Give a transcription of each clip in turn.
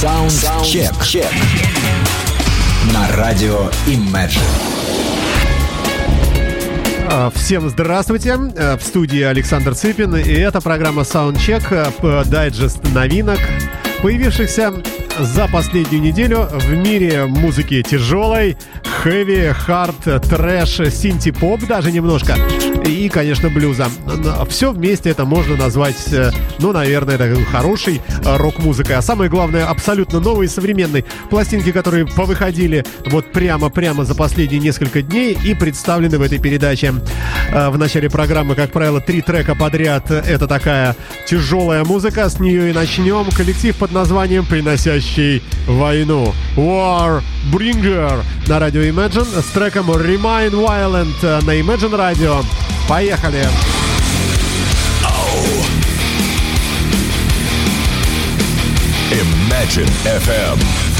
Саундчек. На радио Imagine. Всем здравствуйте, в студии Александр Цыпин, и это программа Soundcheck, дайджест новинок, появившихся за последнюю неделю в мире музыки тяжелой, хэви, хард, трэш, синти-поп даже немножко, и, конечно, блюза. Все вместе это можно назвать, наверное, такой хорошей рок-музыкой. А самое главное, абсолютно новые современные пластинки, которые повыходили вот прямо за последние несколько дней и представлены в этой передаче. В начале программы, как правило, 3 трека подряд. Это такая тяжелая музыка, с нее и начнем. Коллектив под названием «Приносящий войну» War Bringer на радио Imagine с треком Remain Violent на Imagine Radio. Поехали! Imagine FM.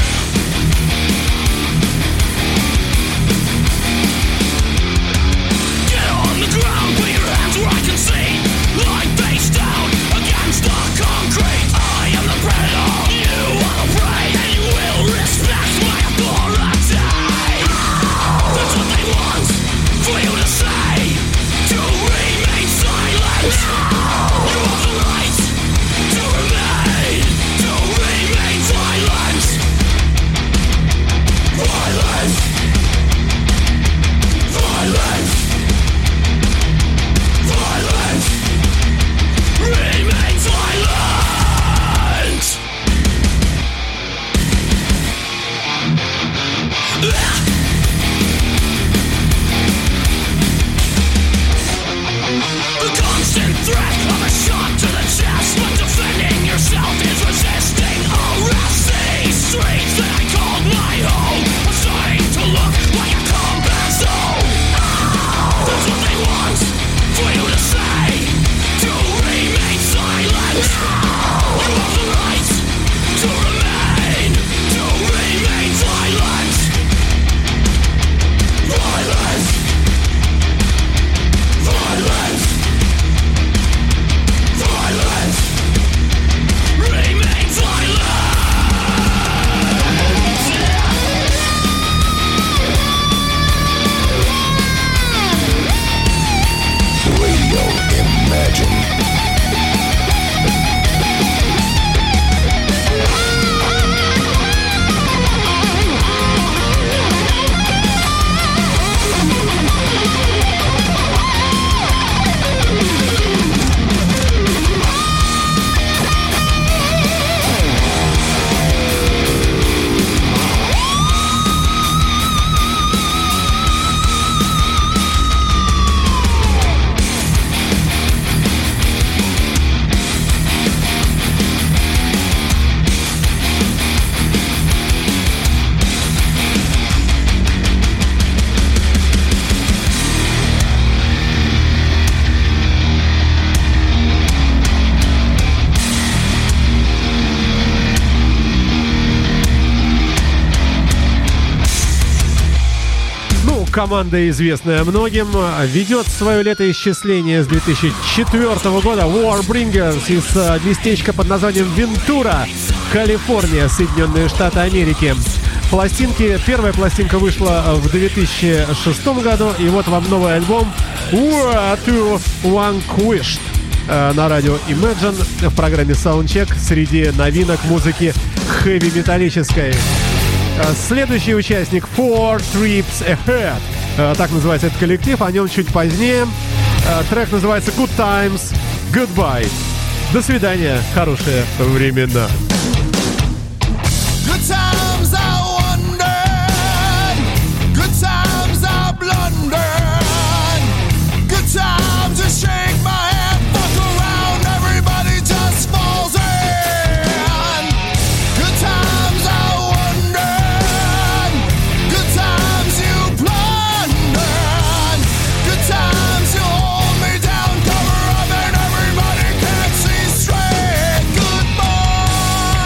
Команда, известная многим, ведет свое летоисчисление с 2004 года. War Bringers из местечка под названием Вентура, Калифорния, Соединенные Штаты Америки. Первая пластинка вышла в 2006 году, и вот вам новый альбом War to Vanquished на радио Imagine в программе Soundcheck среди новинок музыки хэви-металлической. Следующий участник Four Trips Ahead. Так называется этот коллектив, о нем чуть позднее. Трек называется Good Times, Goodbye. До свидания, хорошие времена. Good times I wondered, good times I blundered, good times to shake my head, fuck around, everybody just falls in. Good times I wondered, good times you plundered, good times you hold me down, cover up and everybody can't see straight. Goodbye.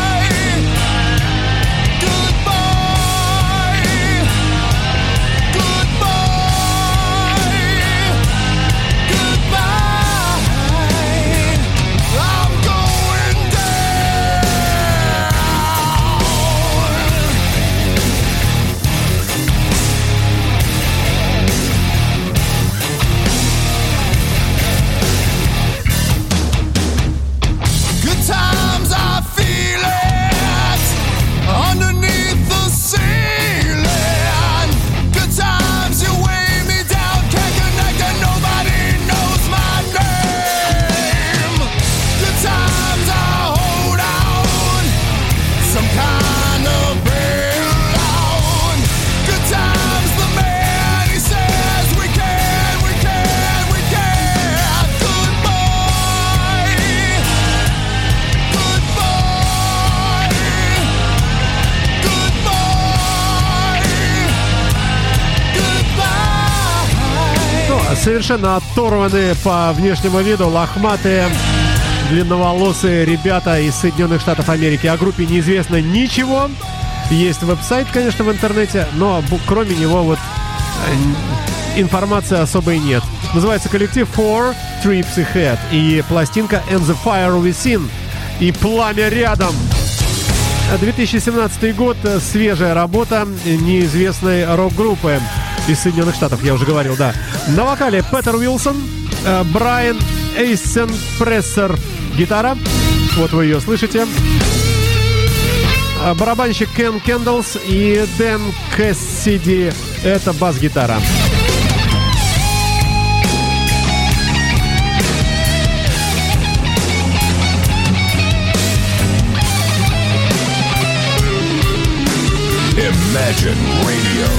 Совершенно оторванные по внешнему виду, лохматые, длинноволосые ребята из Соединенных Штатов Америки. О группе неизвестно ничего. Есть веб-сайт, конечно, в интернете, но кроме него вот информации особой нет. Называется коллектив Four Trips Ahead и пластинка And the Fire Within и Пламя рядом. 2017 год, свежая работа неизвестной рок-группы из Соединенных Штатов, я уже говорил, да. На вокале Петер Уилсон, Брайан Эйсенпрессер гитара, вот вы ее слышите. Барабанщик Кен Кендлс и Дэн Кэссиди, это бас-гитара. Imagine Radio.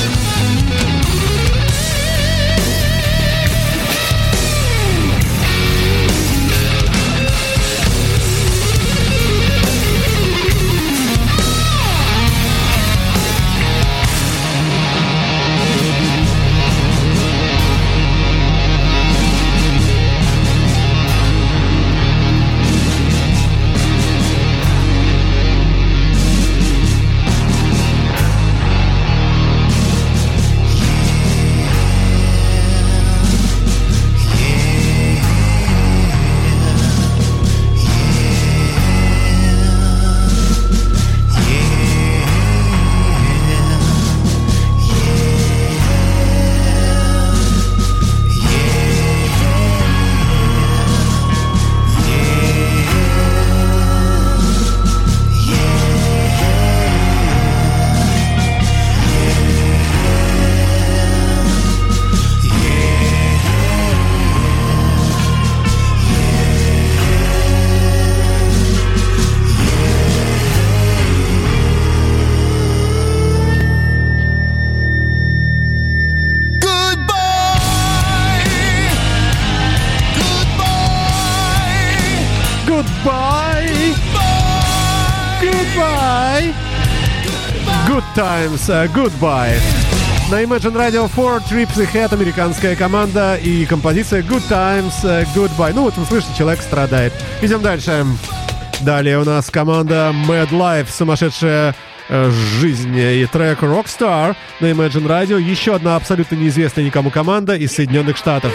Good Times, Goodbye. На Imagine Radio 4 Trips Ahead американская команда и композиция Good Times, Goodbye. Ну вот вы слышите, человек страдает. Идем дальше. Далее у нас команда Mad Life, сумасшедшая жизнь, и трек Rockstar на Imagine Radio. Еще одна абсолютно неизвестная никому команда из Соединенных Штатов.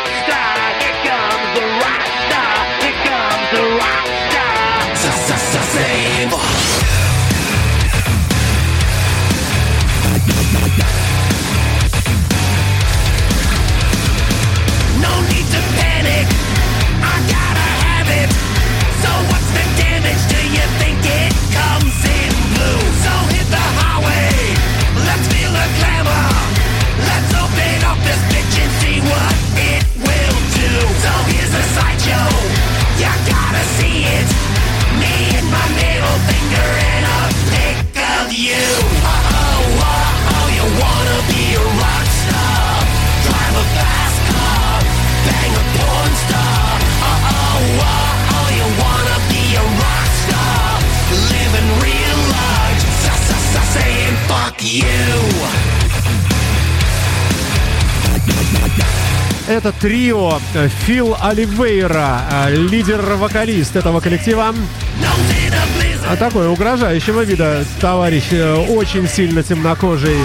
Это трио Фил Оливейра, лидер-вокалист этого коллектива. Такой угрожающего вида товарищ, очень сильно темнокожий.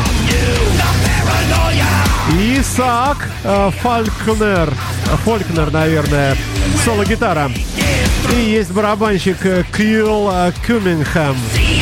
Исаак Фолькнер, наверное, соло-гитара. И есть барабанщик Кьюл Кумингхэм.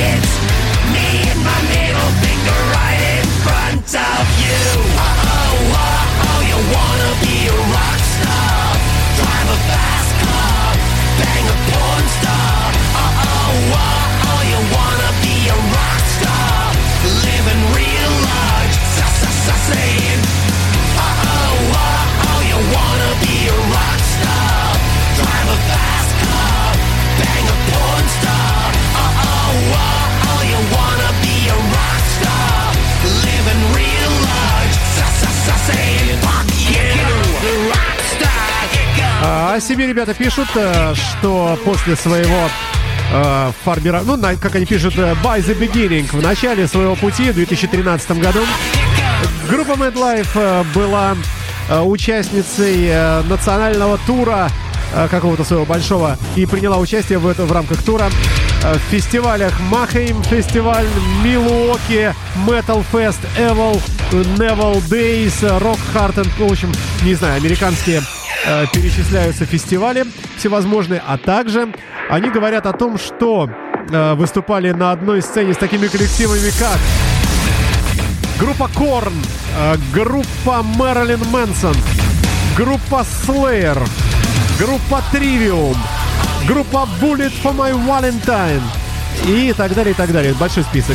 О себе ребята пишут, что после своего формирования, ну, как они пишут, by the beginning, в начале своего пути в 2013 году, группа Mad Life была участницей национального тура какого-то своего большого и приняла участие в рамках тура в фестивалях Махейм фестиваль, Милуоки, Metal Fest, Evil, Neville Days, Rock Hard, в общем, не знаю, американские перечисляются фестивали всевозможные, а также они говорят о том, что выступали на одной сцене с такими коллективами, как группа Korn, группа Marilyn Manson, группа Slayer, группа Trivium, группа Bullet for My Valentine и так далее, и так далее. Большой список.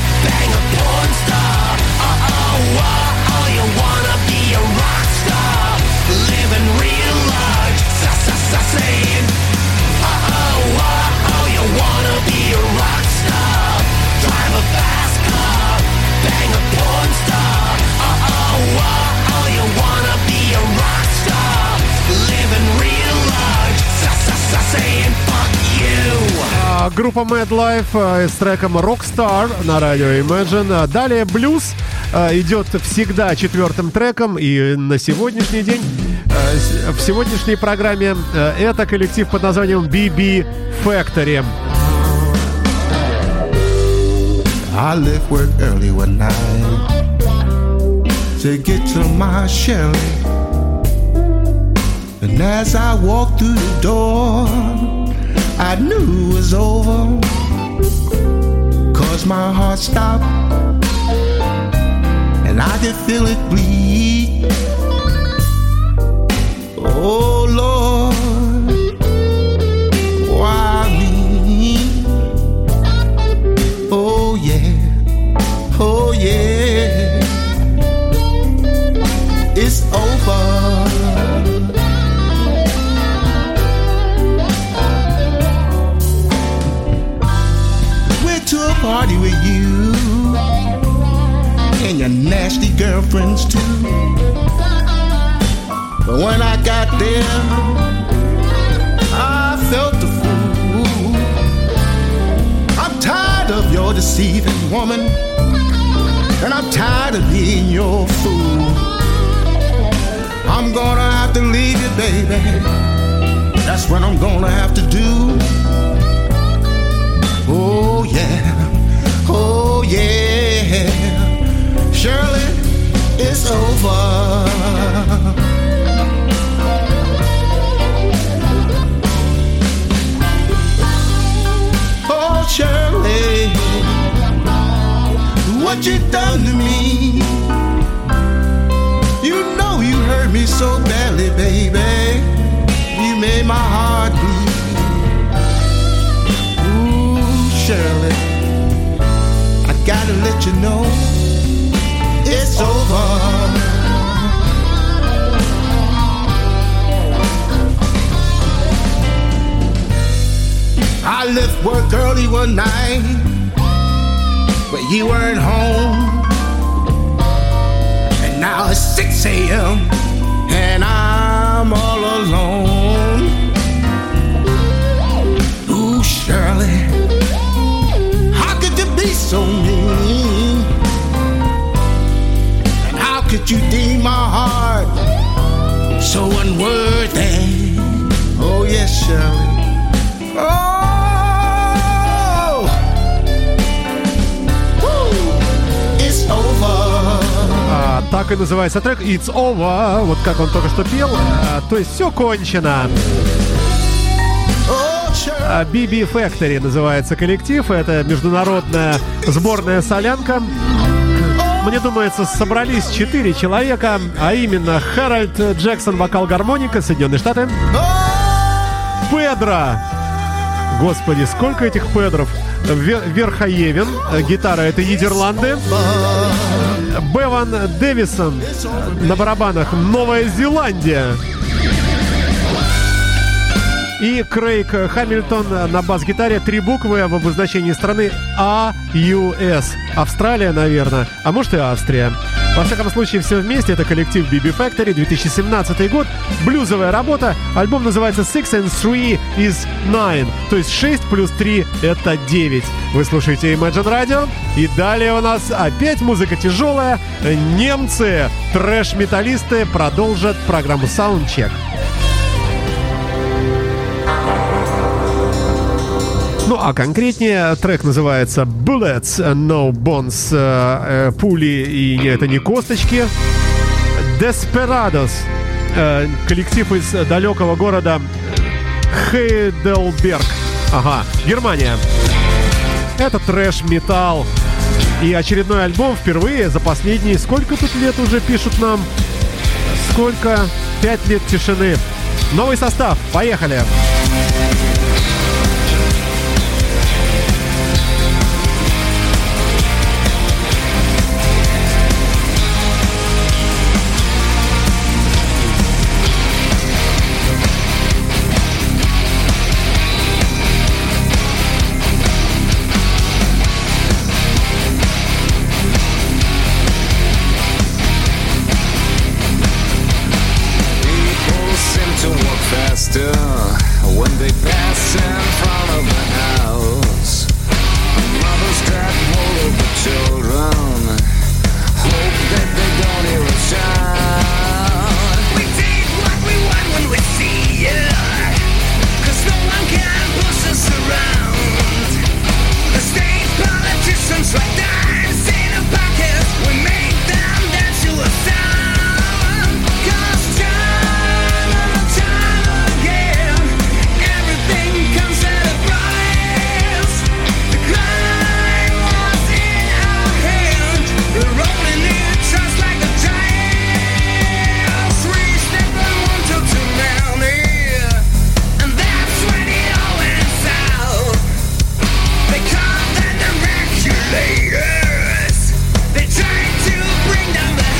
Группа Mad Life с треком Rockstar на радио Imagine. Далее блюз идет всегда четвертым треком. И на сегодняшний день, в сегодняшней программе, это коллектив под названием BB Factory. I left work early one night to get to my Shelly. And as I walked through the door, I knew it was over, 'cause my heart stopped and I could feel it bleed. Oh Lord, why me? Oh yeah, oh yeah, it's over. To a party with you and your nasty girlfriends too. But when I got there, I felt the fool. I'm tired of your deceiving woman, and I'm tired of being your fool. I'm gonna have to leave you, baby. That's what I'm gonna have to do. Oh yeah, oh yeah, Shirley, it's over. Oh Shirley, what you done to me? You know you hurt me so badly, baby. You made my heart bleed. Shirley, I gotta let you know it's over. I left work early one night, but you weren't home. And now it's 6 a.m. and I'm all alone. Ooh, Shirley, be so mean, and how could you deem my heart so unworthy? Oh yes, Shirley. Oh, woo, it's over. Так и называется трек It's Over. Вот как он только что пел. То есть все кончено. BB Factory называется коллектив. Это международная сборная солянка. Мне думается, собрались 4 человека, а именно Хэральд Джексон, вокал-гармоника, Соединенные Штаты. Педро. Господи, сколько этих Педров. Верхоевен, гитара — это Нидерланды. Беван Дэвисон на барабанах, Новая Зеландия. И Крейг Хамильтон на бас-гитаре. 3 буквы в обозначении страны AUS. Австралия, наверное. А может и Австрия. Во всяком случае, все вместе. Это коллектив BB Factory, 2017 год. Блюзовая работа. Альбом называется Six and Three is Nine. То есть 6 плюс 3 это 9. Вы слушаете Imagine Radio. И далее у нас опять музыка тяжелая. Немцы, трэш-металлисты продолжат программу Soundcheck. Ну, а конкретнее трек называется Bullets, No Bones, пули и это не косточки. Desperados, коллектив из далекого города Heidelberg, Германия. Это трэш-металл. И очередной альбом впервые за последние... Сколько тут лет уже пишут нам? Сколько? 5 лет тишины. Новый состав. Поехали! When they pass in front of the house, mothers grab hold of the children, hope that they don't hear a shout. We take what we want when we see it, 'cause no one can push us around. The state politicians right dance in a pocket, we make them dance to a sound. 'Cause time and time again, everything comes at a price. The climb was in our hand, we're rolling it just like a giant. We step on one to too many, and that's when it all went south. They call them the regulators. They try to bring down the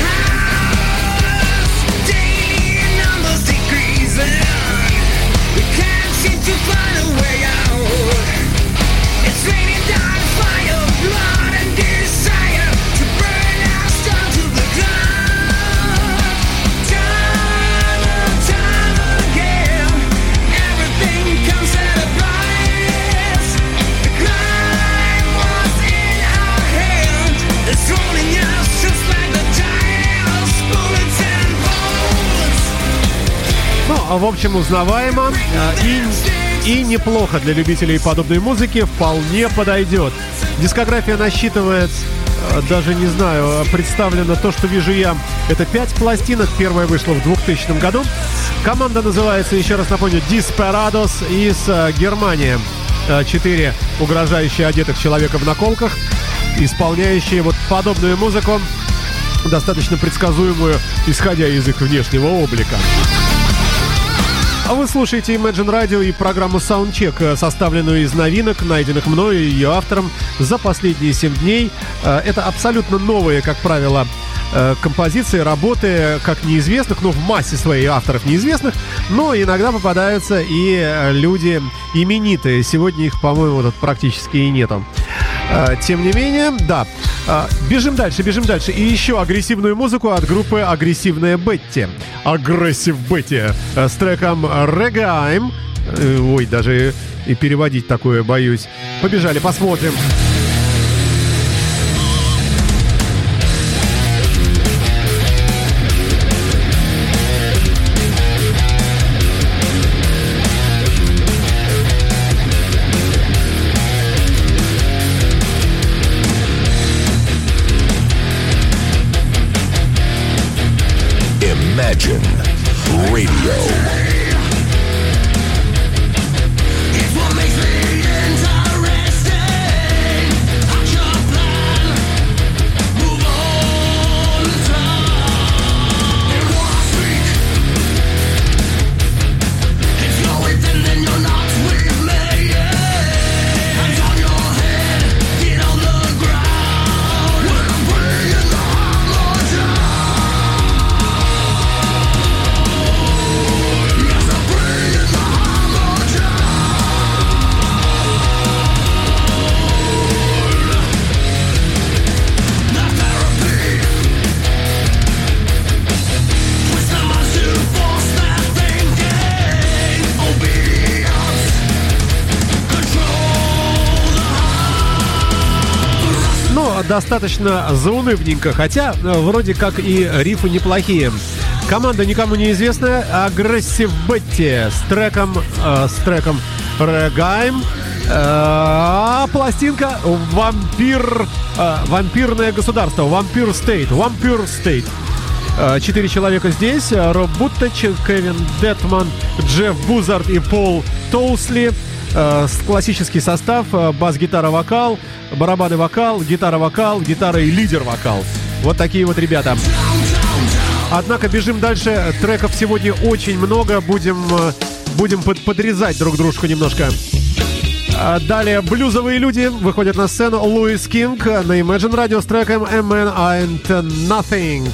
house. Daily numbers decreasing. We can't seem to find a way out. It's raining down fire, blood and desire to burn us down to the ground. Time and time again, everything comes at a price. The climb was in our hand. It's rolling us just like the giants, bullets and bones. Ну, в общем, узнаваемо и неплохо для любителей подобной музыки, вполне подойдет. Дискография насчитывает, даже не знаю, представлено то, что вижу я. Это 5 пластинок, первая вышла в 2000 году. Команда называется, еще раз напомню, Desperados из Германии. 4 угрожающие одетых человека в наколках, исполняющие вот подобную музыку, достаточно предсказуемую, исходя из их внешнего облика. А вы слушаете Imagine Radio и программу Soundcheck, составленную из новинок, найденных мною и ее автором за последние 7 дней. Это абсолютно новые, как правило, композиции, работы, как неизвестных, в массе своей авторов неизвестных, но иногда попадаются и люди именитые. Сегодня их, по-моему, тут практически и нету. Тем не менее, да. Бежим дальше. И еще агрессивную музыку от группы «Агрессивная Бетти». «Агрессив Бетти» с треком «Regaim». Ой, даже и переводить такое боюсь. Побежали, посмотрим. Imagine Radio. достаточно заунывненько, хотя вроде как и рифы неплохие. Команда никому неизвестная, Aggressive Betty с треком Regaim. Пластинка Вампирное государство, Vampire State. 4 человека здесь: Роб Буттач, Кевин Детман, Джефф Бузард и Пол Тоусли. Классический состав: бас-гитара-вокал, барабаны-вокал, гитара-вокал, гитара и лидер-вокал. Вот такие вот ребята. Однако бежим дальше. Треков сегодня очень много. Будем подрезать друг дружку немножко. Далее блюзовые люди выходят на сцену. Луис Кинг на Imagine Radio с треком A Man Ain't Nothing.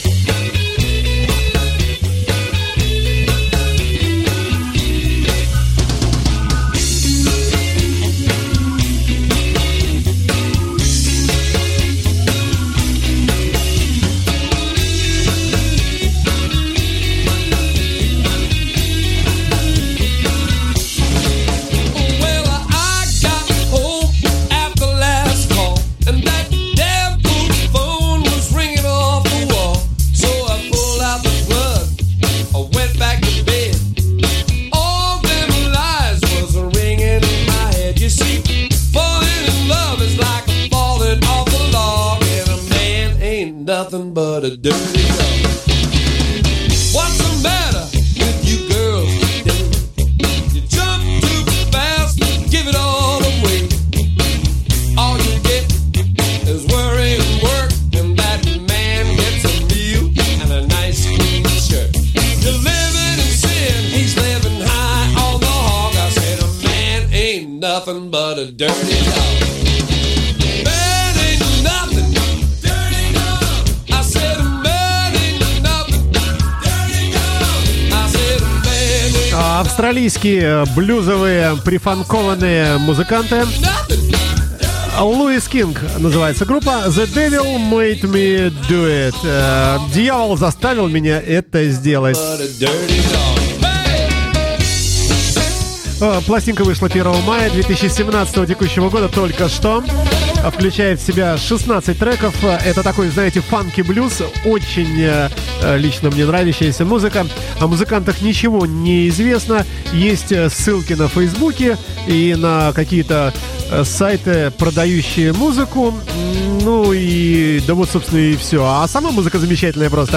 Nothing but a dirty dog. What's the matter with you girls today? You jump too fast, give it all away. All you get is worry and work, and that man gets a meal and a nice clean shirt. You're living in sin, he's living high on the hog. I said a man ain't nothing but a dirty dog. Австралийские блюзовые прифанкованные музыканты. Луис Кинг называется группа. The Devil Made Me Do It. Дьявол заставил меня это сделать. Пластинка вышла 1 мая 2017 текущего года, только что. Включает в себя 16 треков. Это такой, знаете, фанки-блюз. Очень лично мне нравящаяся музыка. О музыкантах ничего не известно. Есть ссылки на Фейсбуке и на какие-то сайты, продающие музыку. Ну и да вот, собственно, и все. А сама музыка замечательная просто.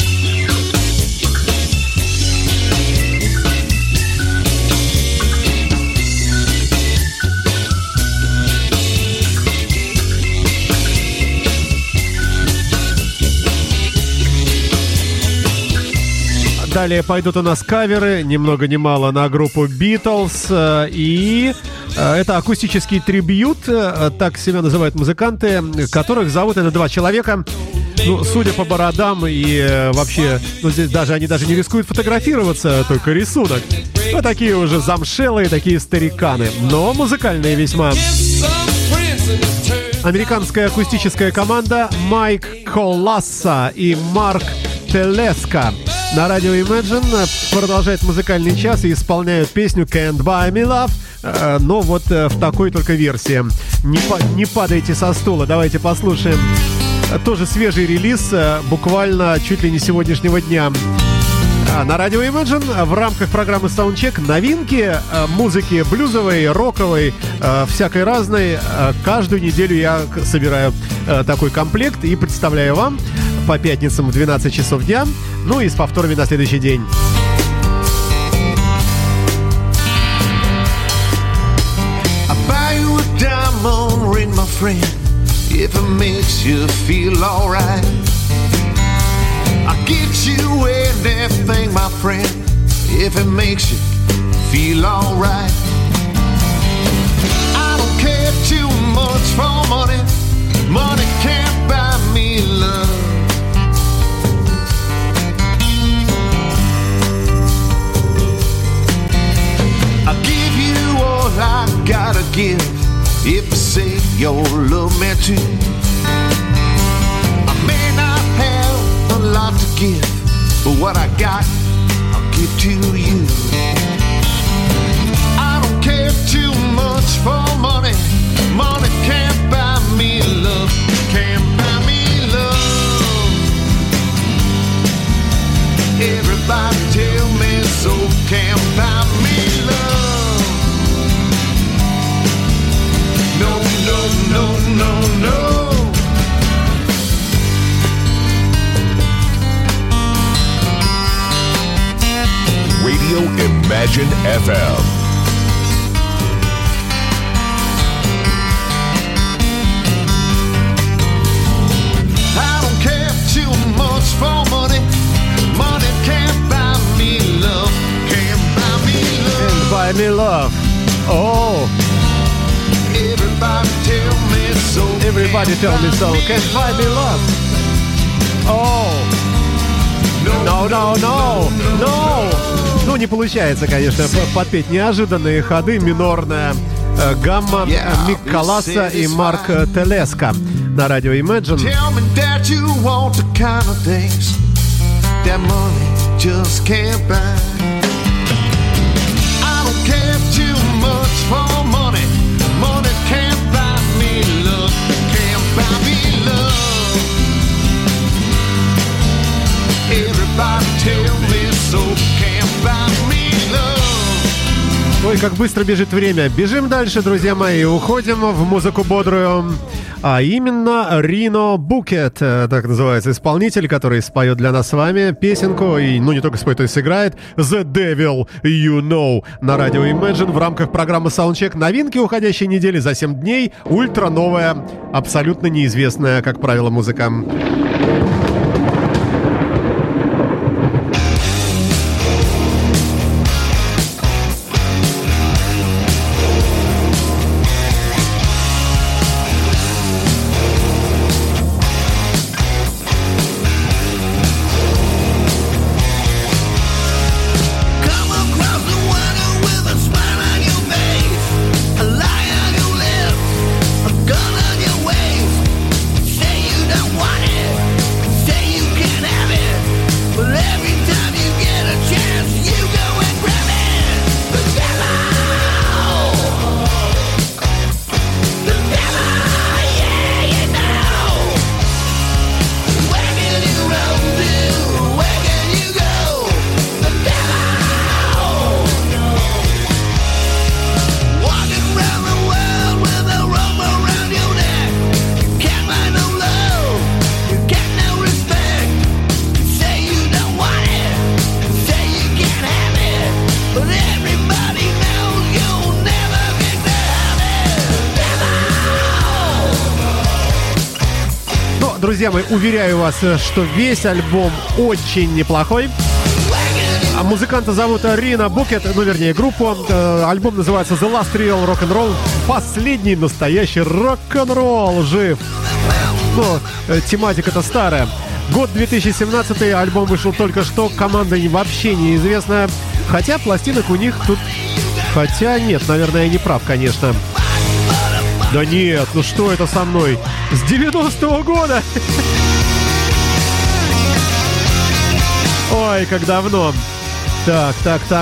Далее пойдут у нас каверы, ни много ни мало, на группу Beatles. И это акустический трибьют, так себя называют музыканты, которых зовут, это 2 человека. Ну, судя по бородам и вообще, ну, здесь они даже не рискуют фотографироваться, только рисунок. Ну, такие уже замшелые, такие стариканы, но музыкальные весьма. Американская акустическая команда Майк Коласса и Марк Телеска на радио Imagine продолжает музыкальный час и исполняют песню Can't Buy Me Love, но вот в такой только версии. Не падайте со стула, давайте послушаем. Тоже свежий релиз, буквально чуть ли не сегодняшнего дня. На радио Imagine в рамках программы Soundcheck новинки музыки блюзовой, роковой, всякой разной. Каждую неделю я собираю такой комплект и представляю вам по пятницам в 12 часов дня, ну и с повторами на следующий день. If it makes you feel alright, I'll get you anything, my friend. If it makes you feel alright, I don't care too much for money. Money can't buy me love. I'll give you all I gotta give. If you say you'll love me too, I may not have a lot to give, but what I got, I'll give to you. I don't care too much for money. Money can't buy me love. no, no, no. Radio Imagine FM. I don't care too much for money. Money can't buy me love. Can't buy me love. Buy me love. Oh, Everybody tell me so. everybody tell me so. Can't buy me love. Oh, no, no, no, no. Ну, не получается, конечно, подпеть неожиданные ходы. Минорная гамма Мик Каласа и Марк Телеско на радио Imagine. Tell me that you want the kind of things that money just can't buy. I don't care too much for money. Money can't buy me love. Can't buy me love. Everybody tell me so. Can't buy me love. Ой, как быстро бежит время. Бежим дальше, друзья мои. Уходим в музыку бодрую. А именно Рино Букет, так называется исполнитель, который споет для нас с вами песенку, и, ну, не только споет, но и сыграет The Devil You Know на радио Imagine в рамках программы Soundcheck. Новинки уходящей недели за 7 дней. Ультра новая, абсолютно неизвестная, как правило, музыка. Come across the water with a smile on your face, a lie on your lips, a gun on your waist. Say you don't want it, say you can't have it, but every time you get a chance, you go and grab it. The devil, yeah, you know. Where can you run to? Where can you go? The devil. Walking around the world with a rope around your neck. You can't find no love, you get no respect. Say you don't want it, say you can't have it, but everybody knows you'll never get to have it. Devil. Ну, друзья мои, уверяю вас, что весь альбом очень неплохой. А музыканта зовут Рино Букет, ну, вернее, группу. Альбом называется The Last Real Rock and Roll. Последний настоящий рок-н-ролл жив. Ну, тематика-то старая. Год 2017, альбом вышел только что. Команда вообще неизвестная. Хотя пластинок у них тут... Хотя нет, наверное, я не прав, конечно. Да нет, ну что это со мной? С 90-го года! Ой, как давно. Так.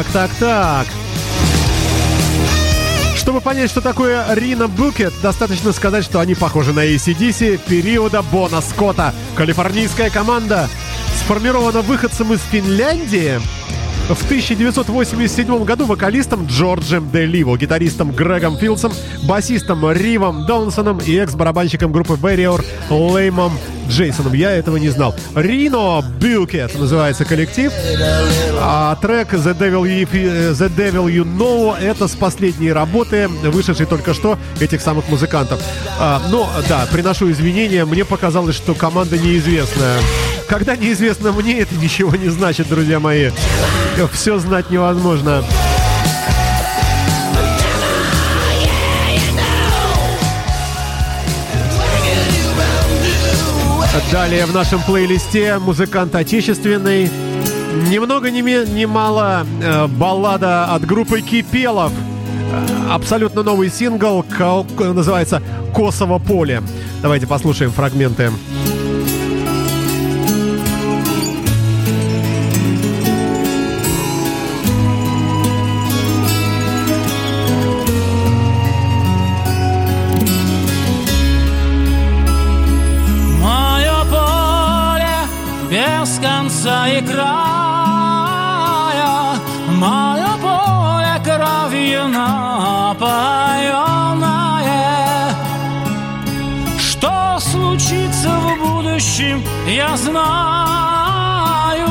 Чтобы понять, что такое Рино Букет, достаточно сказать, что они похожи на AC/DC периода Бона Скотта. Калифорнийская команда сформирована выходцем из Финляндии. В 1987 году вокалистом Джорджем Де Ливо, гитаристом Грегом Филдсом, басистом Ривом Донсоном и экс-барабанщиком группы Warrior Леймом Джейсоном. Я этого не знал. Рино Букет называется коллектив. А трек The Devil You Know — это с последней работы, вышедшей только что, этих самых музыкантов. Но, да, приношу извинения, мне показалось, что команда неизвестная. Когда неизвестно мне, это ничего не значит, друзья мои. Все знать невозможно. Далее в нашем плейлисте музыкант отечественный. Ни много ни мало баллада от группы Кипелов. Абсолютно новый сингл, называется «Косово поле». Давайте послушаем фрагменты. Без конца и края, мое поле кровью напоенное, будущем я знаю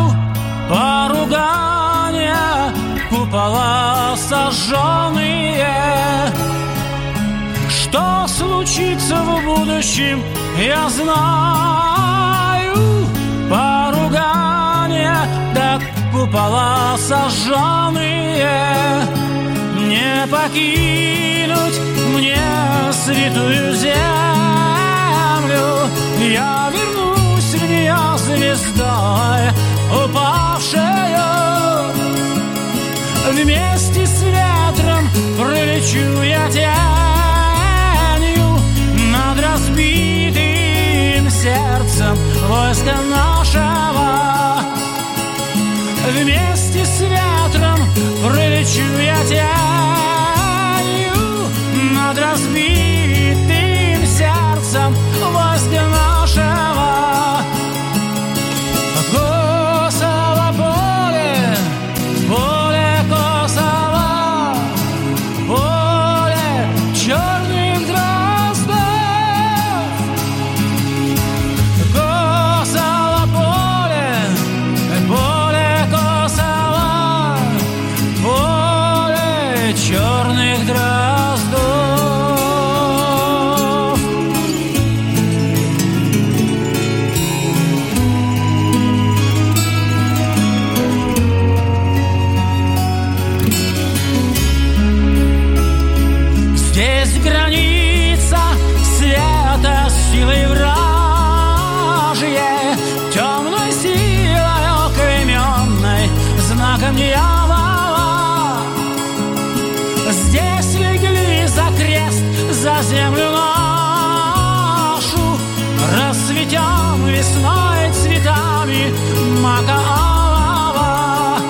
поругания, купола сожженные. Что случится в будущем, я знаю поругания, да купола сожженные. Не покинуть мне святую землю, я вернусь в нее звездой упавшею. Вместе с ветром пролечу я тенью над разбитым сердцем войска нашего. Вместе с ветром пролечу я тенью над разбитым сердцем войска нашего. Косово поле, поле Косово, поле черных дроздов. Косово поле, поле Косово, поле черных дроздов. Здесь граница света с силой вражьей, темной силой оклеменной, знаком дьявола. Здесь легли за крест, за землю нашу, расцветем весной цветами мака алого.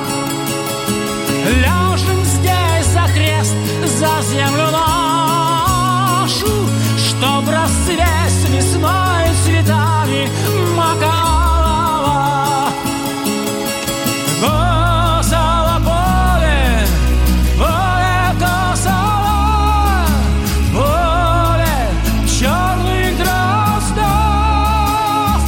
Ляжем здесь за крест, за землю нашу, чтоб расцвесть весной цветами мака алого. Косово поле, поле Косово, поле черных дроздов.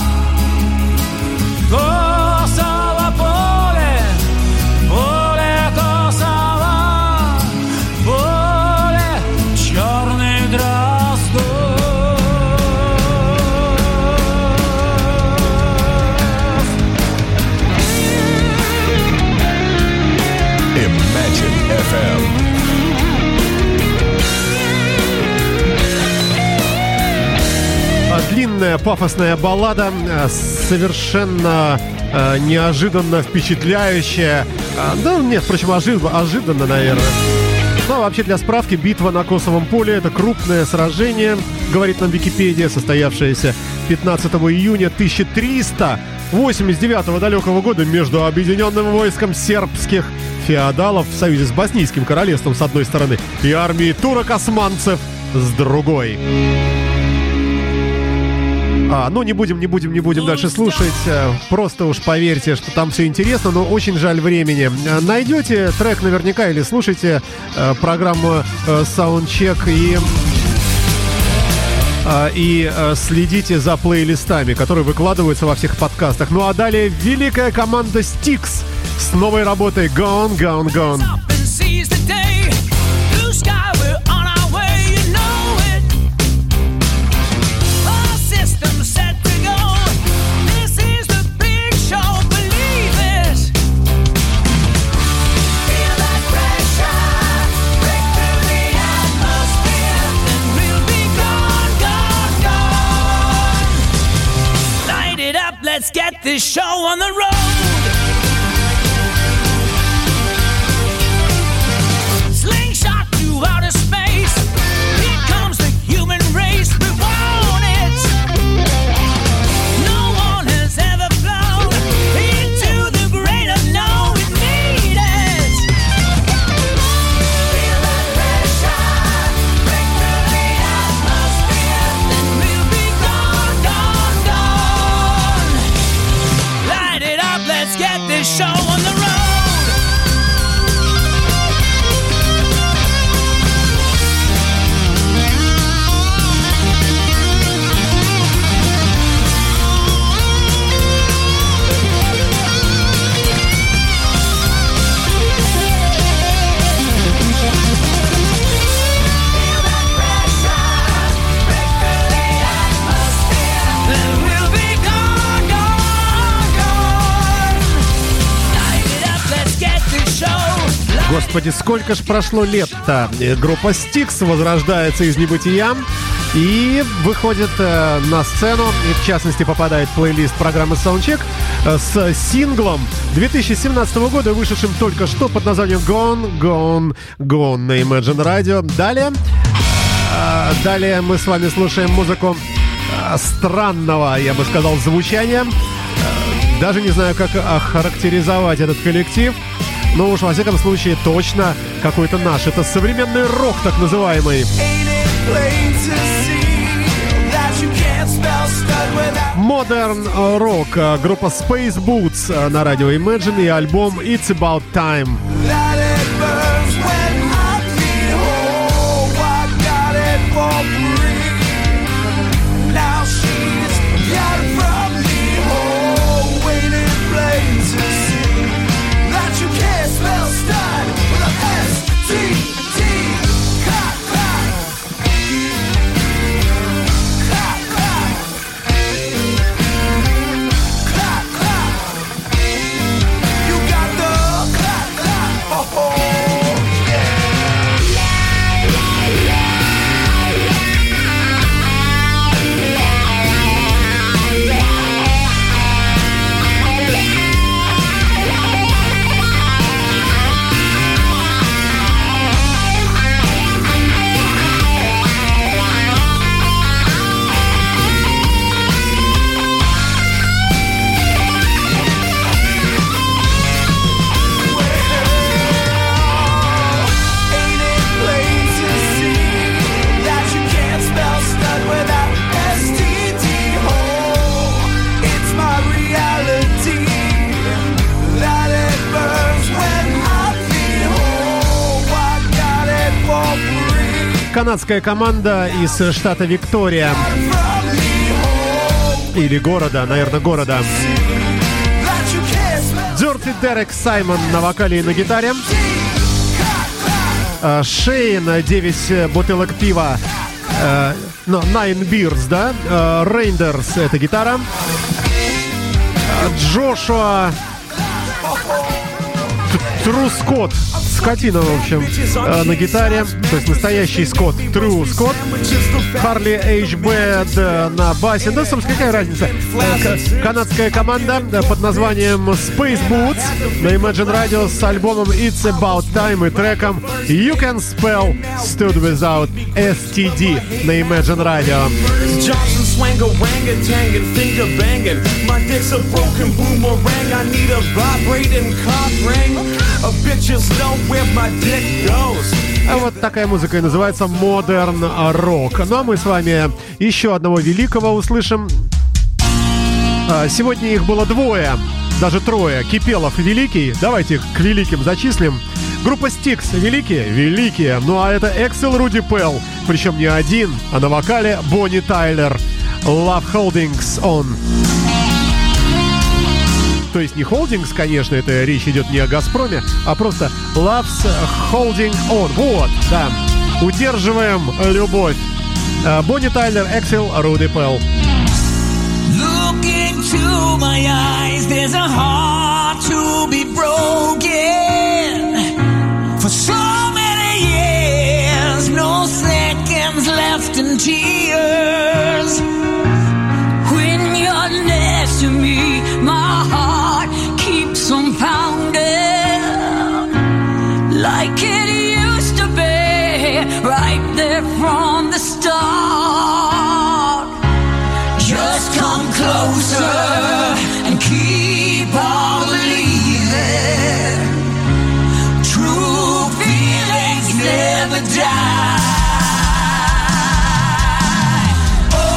Косово поле, поле Косово, поле черных дроздов. Imagine FM. Длинная пафосная баллада, совершенно неожиданно впечатляющая. Да нет, впрочем, ожиданно, наверное. Ну, а вообще, для справки, битва на Косовом поле — это крупное сражение, говорит нам Википедия, состоявшееся 15 июня 1389 далекого года между объединенным войском сербских феодалов в союзе с Боснийским королевством с одной стороны и армией турок-османцев с другой. Ну, не будем дальше слушать. Просто уж поверьте, что там все интересно, но очень жаль времени. Найдете трек наверняка или слушайте программу Soundcheck и следите за плейлистами, которые выкладываются во всех подкастах. Ну а далее великая команда Styx с новой работой Gone, Gone, Gone. Let's get this show on the road. Slingshot to outer space. Here comes the human race. We want it. No one has ever flown into the great unknown. We need it. Feel that pressure. Break through the atmosphere. Then we'll be gone, gone, gone. Light it up, let's Господи, сколько ж прошло лет-то. Группа Styx возрождается из небытия и выходит на сцену, и в частности попадает в плейлист программы Soundcheck с синглом 2017 года, вышедшим только что под названием Gone, Gone, Gone на Imagine Radio. Далее мы с вами слушаем музыку странного, я бы сказал, звучания. Даже не знаю, как охарактеризовать этот коллектив. Но уж во всяком случае точно какой-то наш. Это современный рок, так называемый. Modern Rock. Группа Space Boots на радио Imagine и альбом It's About Time. Канадская команда из штата Виктория. Или города, наверное, города. Dirty Derek Simon на вокале и на гитаре. Шейн, 9 бутылок пива. Nine Beers, да? Рейндерс, это гитара. Джошуа Тру Скотт, скотина, в общем, на гитаре, то есть настоящий Скотт, Тру Скотт. Харли H. Бэд на басе. Да, собственно, какая разница? Канадская команда под названием Space Boots на Imagine Radio с альбомом It's About Time и треком You Can Spell Stood Without STD на Imagine Radio. Johnson swang a wang-a-tang finger banging. My dick's a broken boomerang. I need a vibrating cock ring. A bitches know where my dick goes. А вот такая музыка и называется Modern Rock. Ну а мы с вами еще одного великого услышим. Сегодня их было двое, даже трое. Кипелов великий. Давайте их к великим зачислим. Группа Styx великие? Великие. Ну а это Axl Rudy Pell. Причем не один, а на вокале Бонни Тайлер. Love Holdings On. То есть не Holdings, конечно, это речь идет не о Газпроме, а просто Love's Holding On. Вот, да. Удерживаем любовь. Бонни Тайлер, Axl Rudy Pell. Look into my eyes, there's a heart to be broken. For so many years, no seconds left in tears. When you're next to me, my heart keeps on pounding like it used to be, right there from the start. Just come closer and keep on believing. True feelings never die. Oh,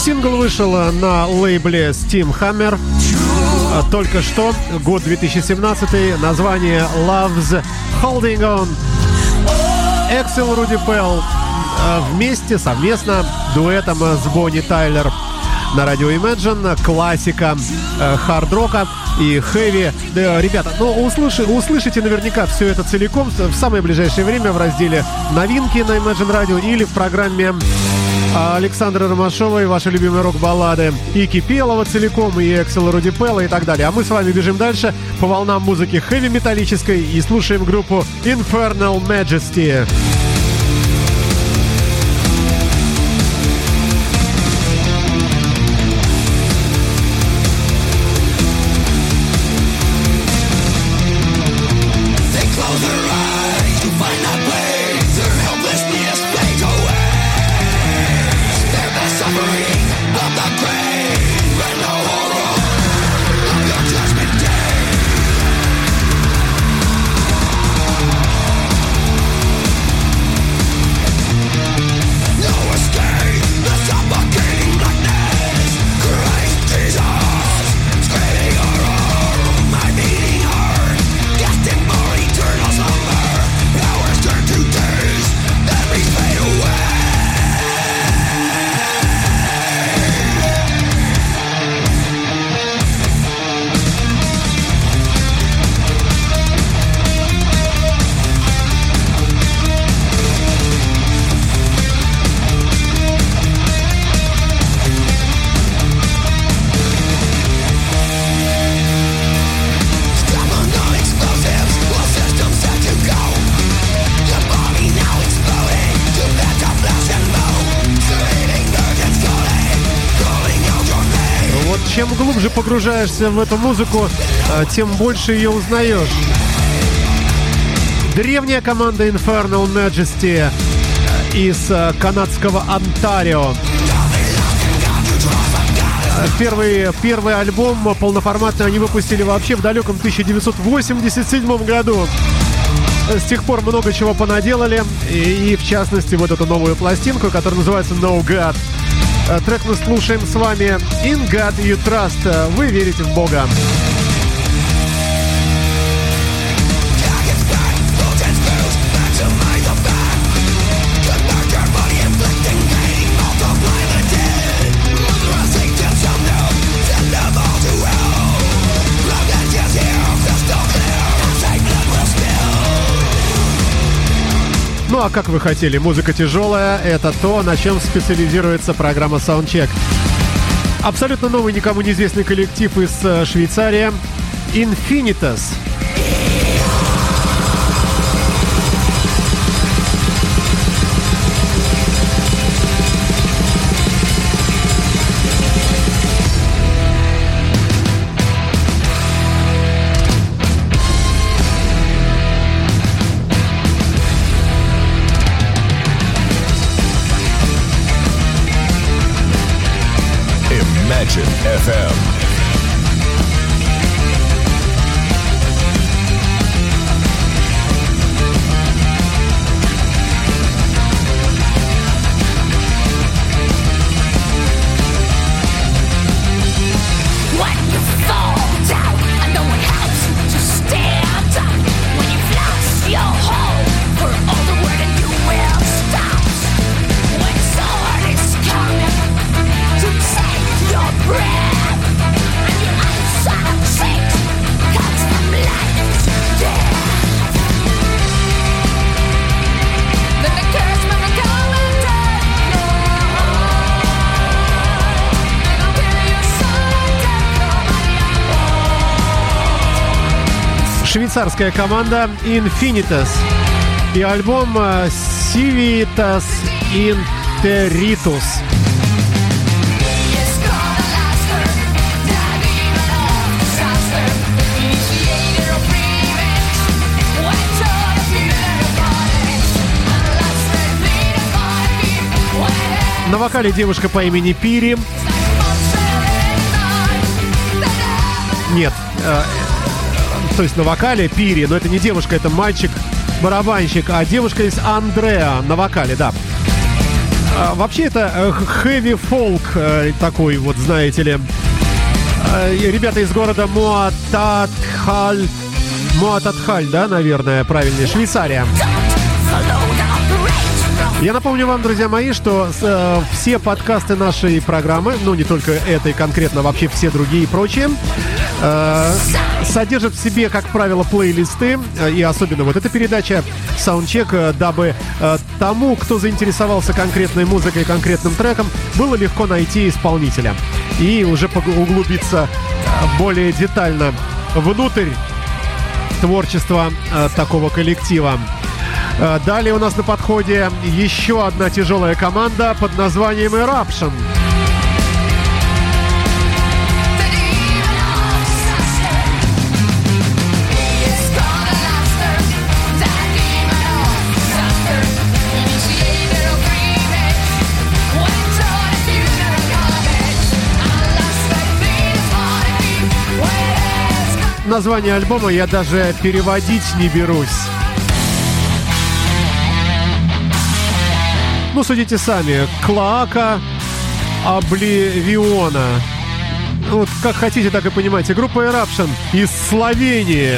Сингл вышел на лейбле Steam Hammer. Только что, год 2017, название Love's Holding On. Axel Rudy Pell вместе, совместно, дуэтом с Бонни Тайлер на радио Imagine. Классика хард-рока и хэви. Ребята, услышите наверняка все это целиком в самое ближайшее время в разделе «Новинки» на Imagine Radio или в программе Александра Ромашова и ваши любимые рок-баллады и Кипелова целиком, и Axel Rudy Pell и так далее. А мы с вами бежим дальше по волнам музыки хэви-металлической и слушаем группу Infernal Majesty. Чем глубже погружаешься в эту музыку, тем больше ее узнаешь. Древняя команда Infernal Majesty из канадского Онтарио. Первый альбом полноформатный они выпустили вообще в далеком 1987 году. С тех пор много чего понаделали, и в частности вот эту новую пластинку, которая называется No God. Трек мы слушаем с вами In God You Trust. Вы верите в Бога. Ну а как вы хотели, музыка тяжелая, это то, на чем специализируется программа Soundcheck. Абсолютно новый, никому неизвестный коллектив из Швейцарии Infinitas. Imagine FM. Швейцарская команда Infinitas и альбом Civitas Interitus. На вокале девушка по имени Пири. Нет, то есть на вокале Пири, но это не девушка, это мальчик-барабанщик, а девушка из Андреа на вокале, да. Вообще это heavy folk такой вот, знаете ли. Ребята из города Муататхаль, да, наверное, правильнее, Швейцария. Я напомню вам, друзья мои, что все подкасты нашей программы, ну не только этой конкретно, вообще все другие и прочие, содержат в себе, как правило, плейлисты, и особенно вот эта передача Soundcheck, дабы тому, кто заинтересовался конкретной музыкой, конкретным треком, было легко найти исполнителя и уже углубиться более детально внутрь творчества такого коллектива. Далее у нас на подходе еще одна тяжелая команда под названием Eruption. Название альбома я даже переводить не берусь. Ну, судите сами. Клоака Обливиона. Вот как хотите, так и понимаете. Группа Eruption из Словении.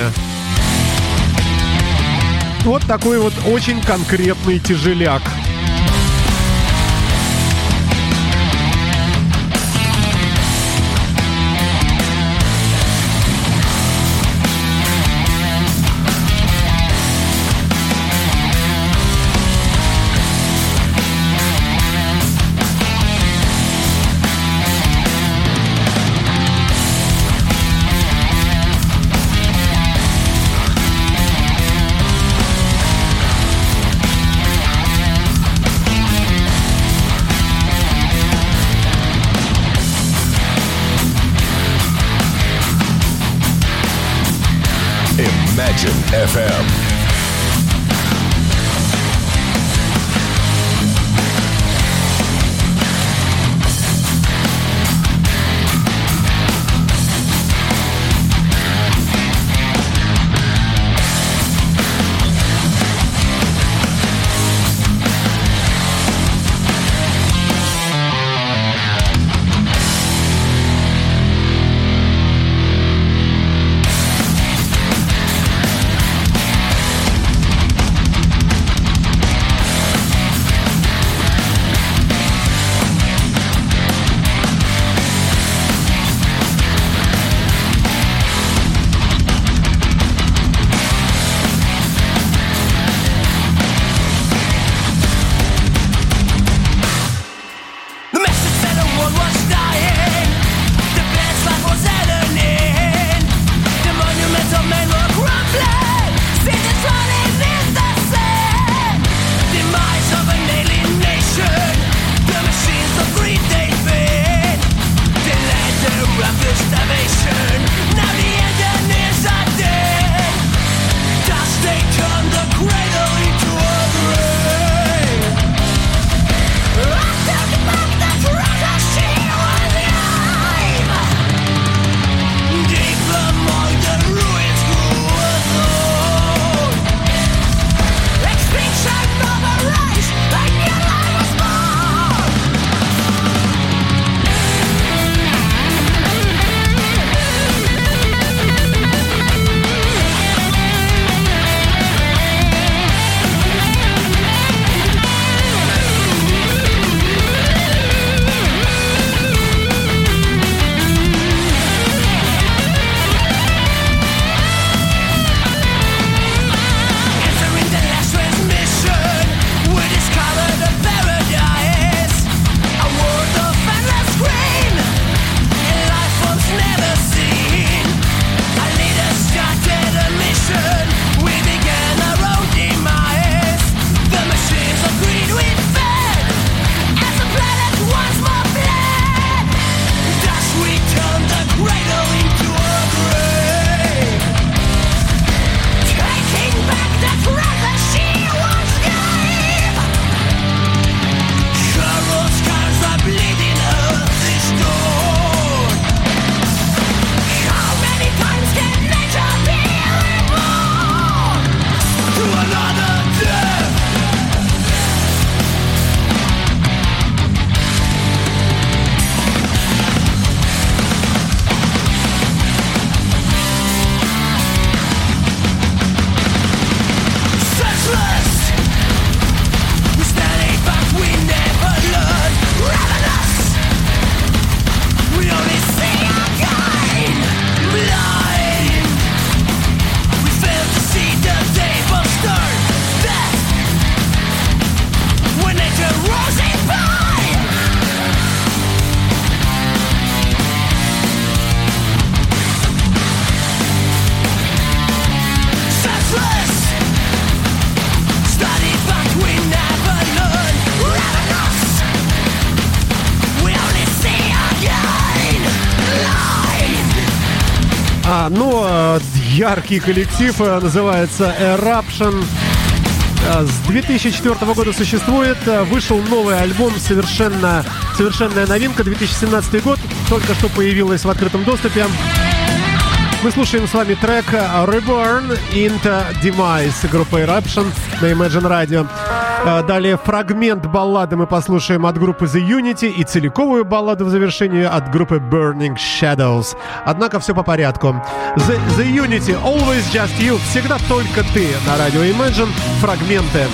Вот такой вот очень конкретный тяжеляк. Imagine FM. Яркий коллектив, называется Eruption. С 2004 года существует, вышел новый альбом, совершенная новинка, 2017 год, только что появилась в открытом доступе. Мы слушаем с вами трек Reborn into Demise группы Eruption на Imagine Radio. Далее фрагмент баллады мы послушаем от группы The Unity и целиковую балладу в завершении от группы Burning Shadows. Однако все по порядку. The Unity, Always Just You, всегда только ты на радио Imagine. Фрагменты.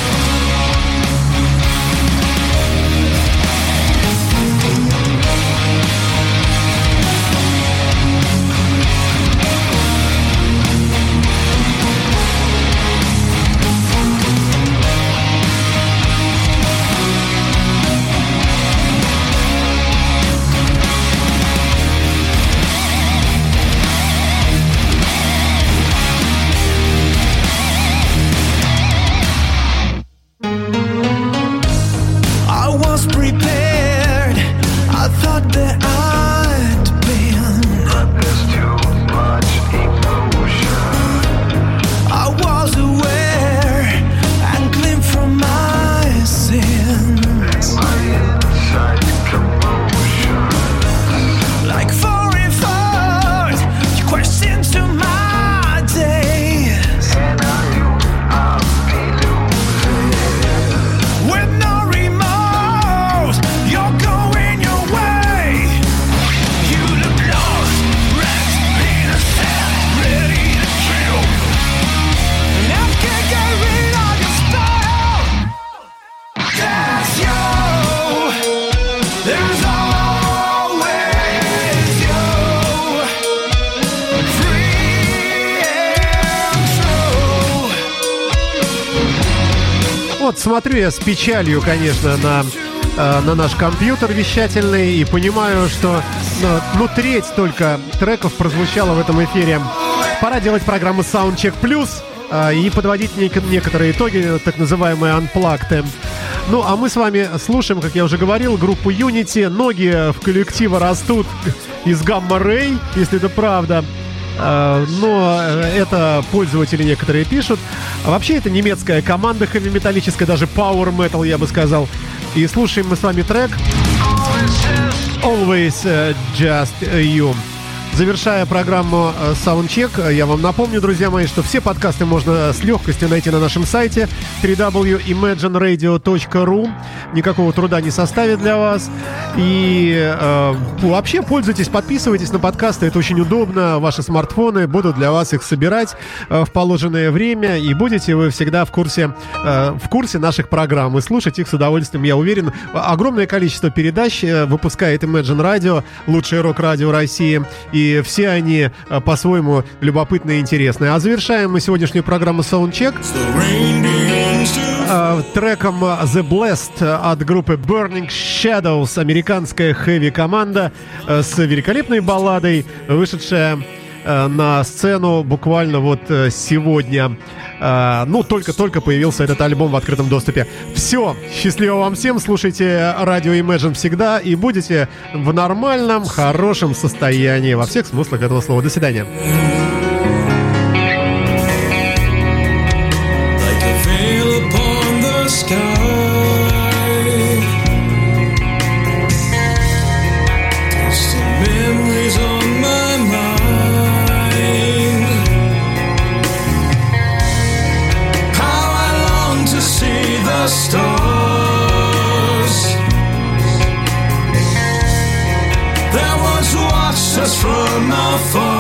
Смотрю я с печалью, конечно, на наш компьютер вещательный и понимаю, что треть только треков прозвучало в этом эфире. Пора делать программу Soundcheck Plus и подводить некоторые итоги, так называемые Unplugged. А мы с вами слушаем, как я уже говорил, группу Unity. Ноги в коллектива растут из гамма-рей, если это правда. Но это пользователи некоторые пишут. А вообще это немецкая команда хэви-металлическая, даже power metal, я бы сказал. И слушаем мы с вами трек Always Just You. Завершая программу Soundcheck, я вам напомню, друзья мои, что все подкасты можно с легкостью найти на нашем сайте www.imagineradio.ru. Никакого труда не составит для вас. И вообще пользуйтесь, подписывайтесь на подкасты, это очень удобно. Ваши смартфоны будут для вас их собирать в положенное время, и будете вы всегда в курсе наших программ и слушать их с удовольствием, я уверен. Огромное количество передач выпускает Imagine Radio, лучшее рок-радио России, и все они по-своему любопытны и интересны. А завершаем мы сегодняшнюю программу Soundcheck треком The Blessed от группы Burning Shadows, американская хэви-команда с великолепной балладой, вышедшая на сцену буквально вот сегодня. Только-только появился этот альбом в открытом доступе. Все, счастливо вам всем, слушайте радио Imagine всегда и будете в нормальном, хорошем состоянии во всех смыслах этого слова. До свидания. From afar.